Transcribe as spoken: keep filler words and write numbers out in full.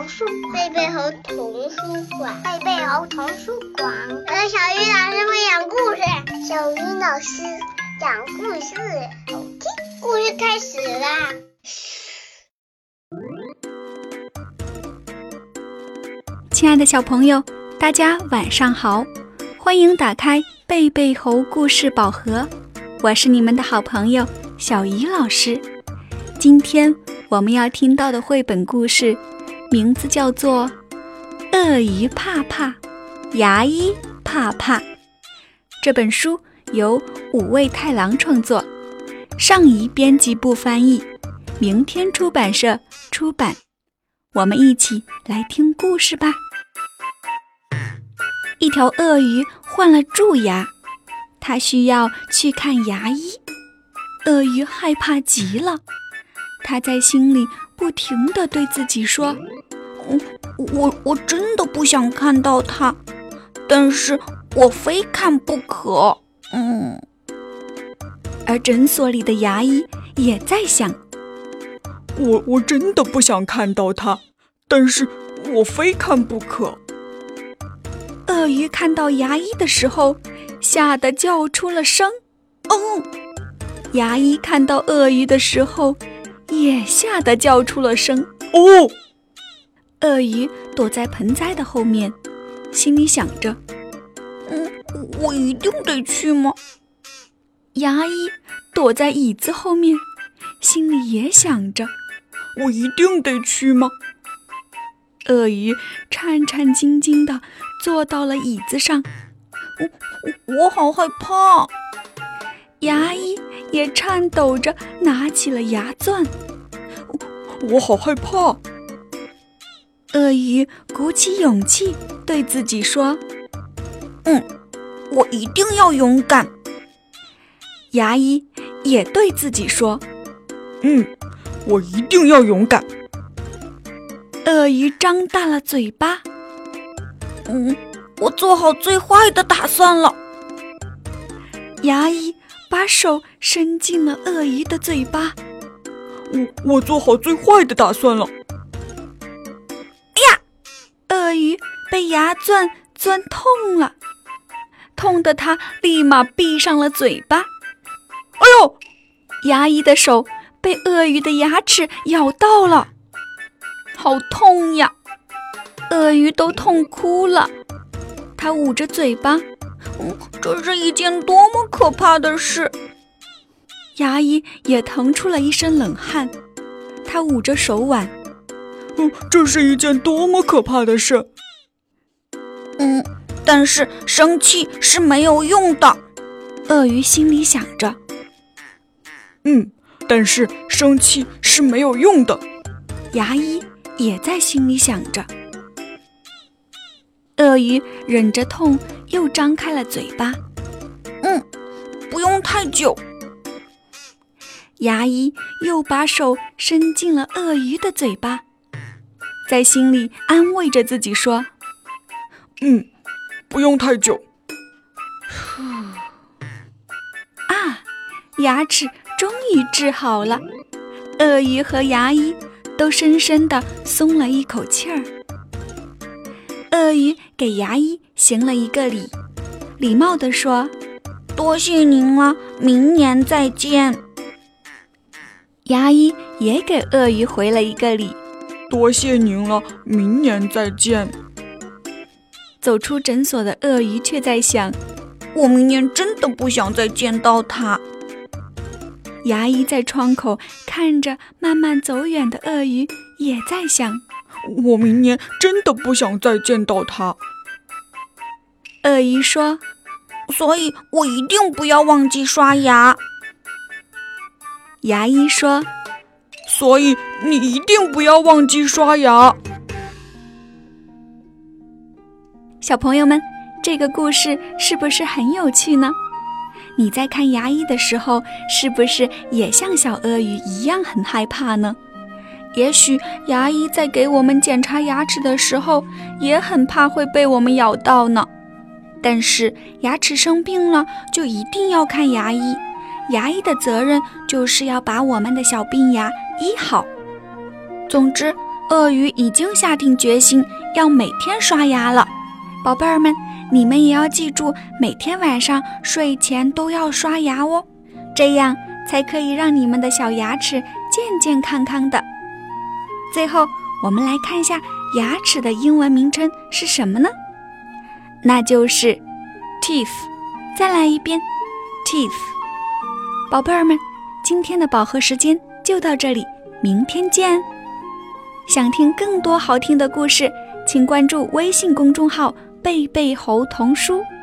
书贝贝猴童书馆，贝贝猴童书馆。我是小鱼老师会讲故事，小鱼老师讲故事，好听。故事开始啦！ 亲爱的小朋友，大家晚上好，欢迎打开贝贝猴故事宝盒，我是你们的好朋友小鱼老师。今天我们要听到的绘本故事名字叫做鳄鱼怕怕，牙医怕怕。这本书由五味太郎创作，上仪编辑部翻译，明天出版社出版。我们一起来听故事吧。一条鳄鱼患了蛀牙，它需要去看牙医。鳄鱼害怕极了，它在心里不停地对自己说，嗯、我我真的不想看到它，但是我非看不可。嗯。而诊所里的牙医也在想， 我我真的不想看到它，但是我非看不可。 鳄鱼看到牙医的时候，吓得叫出了声。哦！牙医看到鳄鱼的时候，也吓得叫出了声。 哦！ 鳄鱼躲在盆栽的后面，心里想着，嗯，我一定得去吗？牙医躲在椅子后面，心里也想着， 我一定得去吗？ 鳄鱼颤颤兢兢地坐到了椅子上，我我好害怕。牙医也颤抖着拿起了牙钻， 我, 我好害怕。 鳄鱼鼓起勇气对自己说，嗯，我一定要勇敢。牙医也对自己说， 嗯，我一定要勇敢。 鳄鱼张大了嘴巴，嗯，我做好最坏的打算了。牙医把手伸进了鳄鱼的嘴巴， 我我做好最坏的打算了。 哎呀，鳄鱼被牙钻钻痛了，痛得它立马闭上了嘴巴。 哎呦！ 牙医的手被鳄鱼的牙齿咬到了，好痛呀！鳄鱼都痛哭了，它捂着嘴巴，嗯，这是一件多么可怕的事！牙医也腾出了一身冷汗，他捂着手腕， 嗯，这是一件多么可怕的事！ 嗯，但是生气是没有用的，鳄鱼心里想着。 嗯，但是生气是没有用的。 牙医也在心里想着。鳄鱼忍着痛，又张开了嘴巴。嗯，不用太久。牙医又把手伸进了鳄鱼的嘴巴，在心里安慰着自己说：“ 嗯，不用太久。” 啊，牙齿终于治好了，鳄鱼和牙医都深深地松了一口气儿。鳄鱼给牙医行了一个礼，礼貌地说：“多谢您了，明年再见。”牙医也给鳄鱼回了一个礼， 多谢您了，明年再见。 走出诊所的鳄鱼却在想，我明年真的不想再见到它。牙医在窗口看着慢慢走远的鳄鱼，也在想， 我明年真的不想再见到它。 鳄鱼说，所以我一定不要忘记刷牙。牙医说， 所以你一定不要忘记刷牙。 小朋友们，这个故事是不是很有趣呢？你在看牙医的时候，是不是也像小鳄鱼一样很害怕呢？也许牙医在给我们检查牙齿的时候，也很怕会被我们咬到呢。但是牙齿生病了，就一定要看牙医。牙医的责任就是要把我们的小病牙医好。总之， 鳄鱼已经下定决心要每天刷牙了。宝贝儿们，你们也要记住，每天晚上睡前都要刷牙哦，这样才可以让你们的小牙齿健健康康的。最后，我们来看一下牙齿的英文名称是什么呢？那就是 teeth。 再来一遍 teeth。 宝贝儿们，今天的宝盒时间就到这里，明天见。想听更多好听的故事，请关注微信公众号贝贝猴童书。